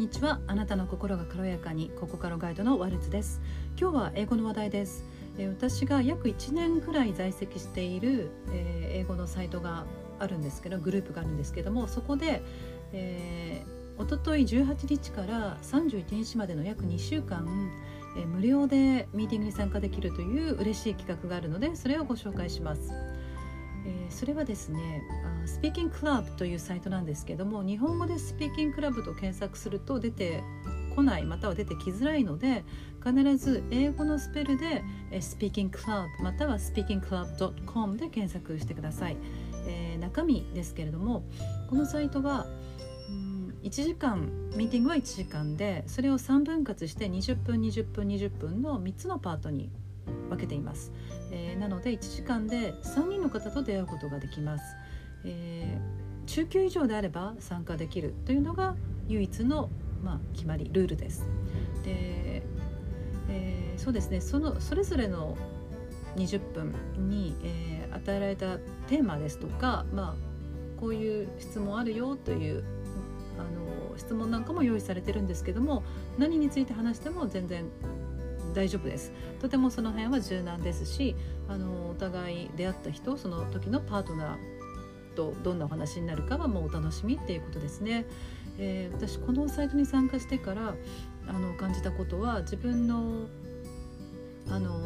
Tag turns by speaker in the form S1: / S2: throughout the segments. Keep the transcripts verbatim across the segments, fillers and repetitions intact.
S1: にちは。あなたの心が軽やかに、ここからガイドのワルツです。今日は英語の話題です。えー、私が約いちねんくらい在籍している、えー、英語のサイトがあるんですけど、グループがあるんですけども、そこで、えー、おとといじゅうはちにちからさんじゅういちにちまでの約にしゅうかん、えー、無料でミーティングに参加できるという嬉しい企画があるので、それをご紹介します。えー、それはですね、スピーキングクラブというサイトなんですけども、日本語でスピーキングクラブと検索すると出てこない、または出てきづらいので、必ず英語のスペルでスピーキングクラブまたはスピーキングクラブドットコムで検索してください。えー、中身ですけれども、このサイトは、うん、いちじかん、ミーティングはいちじかんで、それをさんぶん割してにじゅっぷんにじゅっぷんにじゅっぷんのみっつのパートに分けています。えー、なのでいちじかんでさんにんの方と出会うことができます。えー、中級以上であれば参加できるというのが唯一の、まあ、決まりルールです。で、えー、そうですね、そのそれぞれのにじゅっぷんに、えー、与えられたテーマですとか、まあ、こういう質問あるよというあの質問なんかも用意されてるんですけども、何について話しても全然大丈夫です。とてもその辺は柔軟ですし、あのお互い出会った人、その時のパートナーとどんなお話になるかはもうお楽しみっていうことですね。えー、私このサイトに参加してからあの感じたことは、自分のあの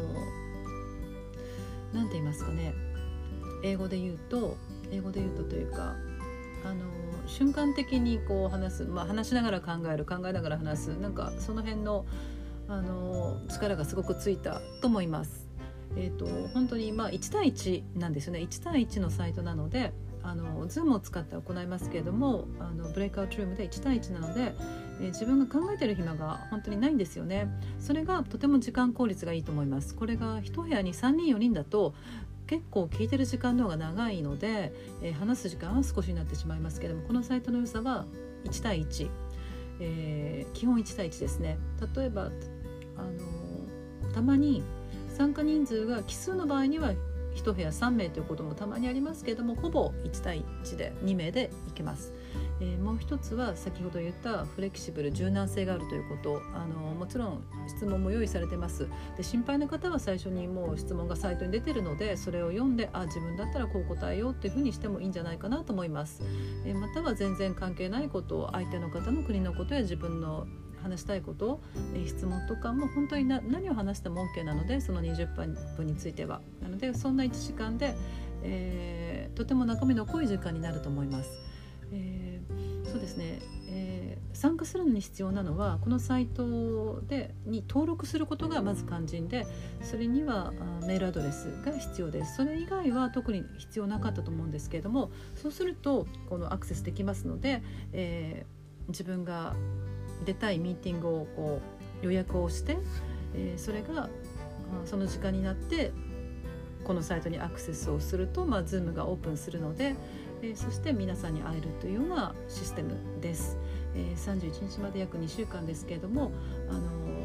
S1: なんて言いますかね、英語で言うと英語で言うとというか、あの瞬間的にこう話す、まあ、話しながら考える考えながら話す、なんかその辺のあの力がすごくついたと思います。えーと、本当にまあいち対いちなんですよね。いち対いちのサイトなので、あの Zoom を使って行いますけれども、あのブレイクアウトルームでいち対いちなので、えー、自分が考えている暇が本当にないんですよね。それがとても時間効率がいいと思います。これが一部屋にさんにんよにんだと結構聞いてる時間の方が長いので、えー、話す時間は少しになってしまいますけれども、このサイトの良さはいち対いち、えー、基本いち対いちですね。例えばあのたまに参加人数が奇数の場合には一部屋さんめいということもたまにありますけれども、ほぼいち対いちでにめいでいけます。えー、もう一つは先ほど言ったフレキシブル、柔軟性があるということ。あのもちろん質問も用意されてます。で、心配な方は最初にもう質問がサイトに出てるので、それを読んで、あ、自分だったらこう答えようっていうふうにしてもいいんじゃないかなと思います。えー、または全然関係ないことを、相手の方の国のことや自分の話したいこと、えー、質問とかも本当にな何を話しても OK なので、そのにじゅっぷんについてはなので、そんないちじかんで、えー、とても中身の濃い時間になると思います。えー、そうですね、えー、参加するのに必要なのは、このサイトでに登録することがまず肝心で、それにはメールアドレスが必要です。それ以外は特に必要なかったと思うんですけれども、そうするとこのアクセスできますので、えー、自分が出たいミーティングをこう予約をして、えー、それがその時間になってこのサイトにアクセスをすると、まあ、Zoom がオープンするので、えー、そして皆さんに会えるというようなシステムです。えー、さんじゅういちにちまで約にしゅうかんですけれども、あのー、あ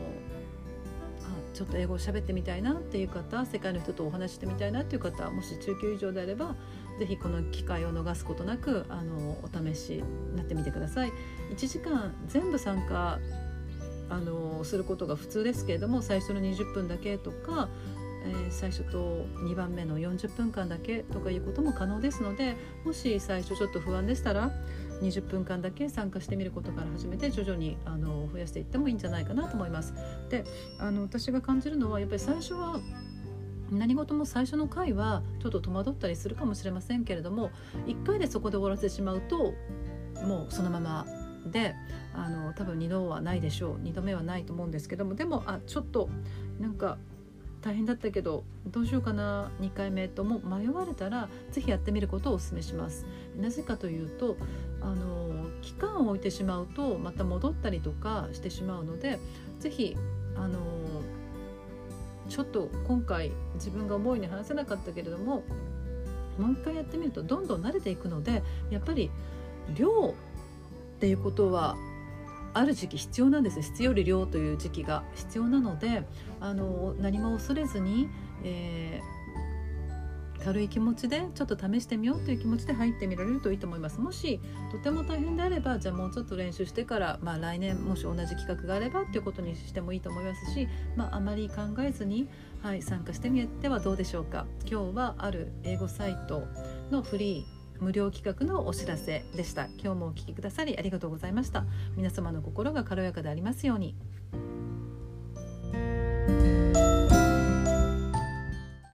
S1: ちょっと英語を喋ってみたいなっていう方、世界の人とお話してみたいなっていう方、もし中級以上であればぜひこの機会を逃すことなく、あのお試しになってみてください。いちじかん全部参加あのすることが普通ですけれども、最初のにじゅっぷんだけとか、えー、最初とにばんめのよんじゅっぷんかんだけとかいうことも可能ですので、もし最初ちょっと不安でしたらにじゅっぷんかんだけ参加してみることから始めて、徐々にあの増やしていってもいいんじゃないかなと思います。で、あの私が感じるのは、やっぱり最初は何事も最初の回はちょっと戸惑ったりするかもしれませんけれども、いっかいでそこで終わらせてしまうともうそのままで、あの多分にどはないでしょう。にどめはないと思うんですけども、でもあちょっとなんか大変だったけどどうしようかなにかいめとも迷われたら、ぜひやってみることをお勧めします。なぜかというと、あの期間を置いてしまうとまた戻ったりとかしてしまうので、ぜひあのちょっと今回自分が思うように話せなかったけれども、もう一回やってみるとどんどん慣れていくので、やっぱり量っていうことはある時期必要なんです。質より量という時期が必要なので、あの何も恐れずに、え軽い気持ちでちょっと試してみようという気持ちで入ってみられるといいと思います。もしとても大変であれば、じゃあもうちょっと練習してから、まあ、来年もし同じ企画があればっていうことにしてもいいと思いますし、まあ、あまり考えずに、はい、参加してみてはどうでしょうか。今日はある英語サイトのフリー無料企画のお知らせでした。今日もお聞きくださりありがとうございました。皆様の心が軽やかでありますように。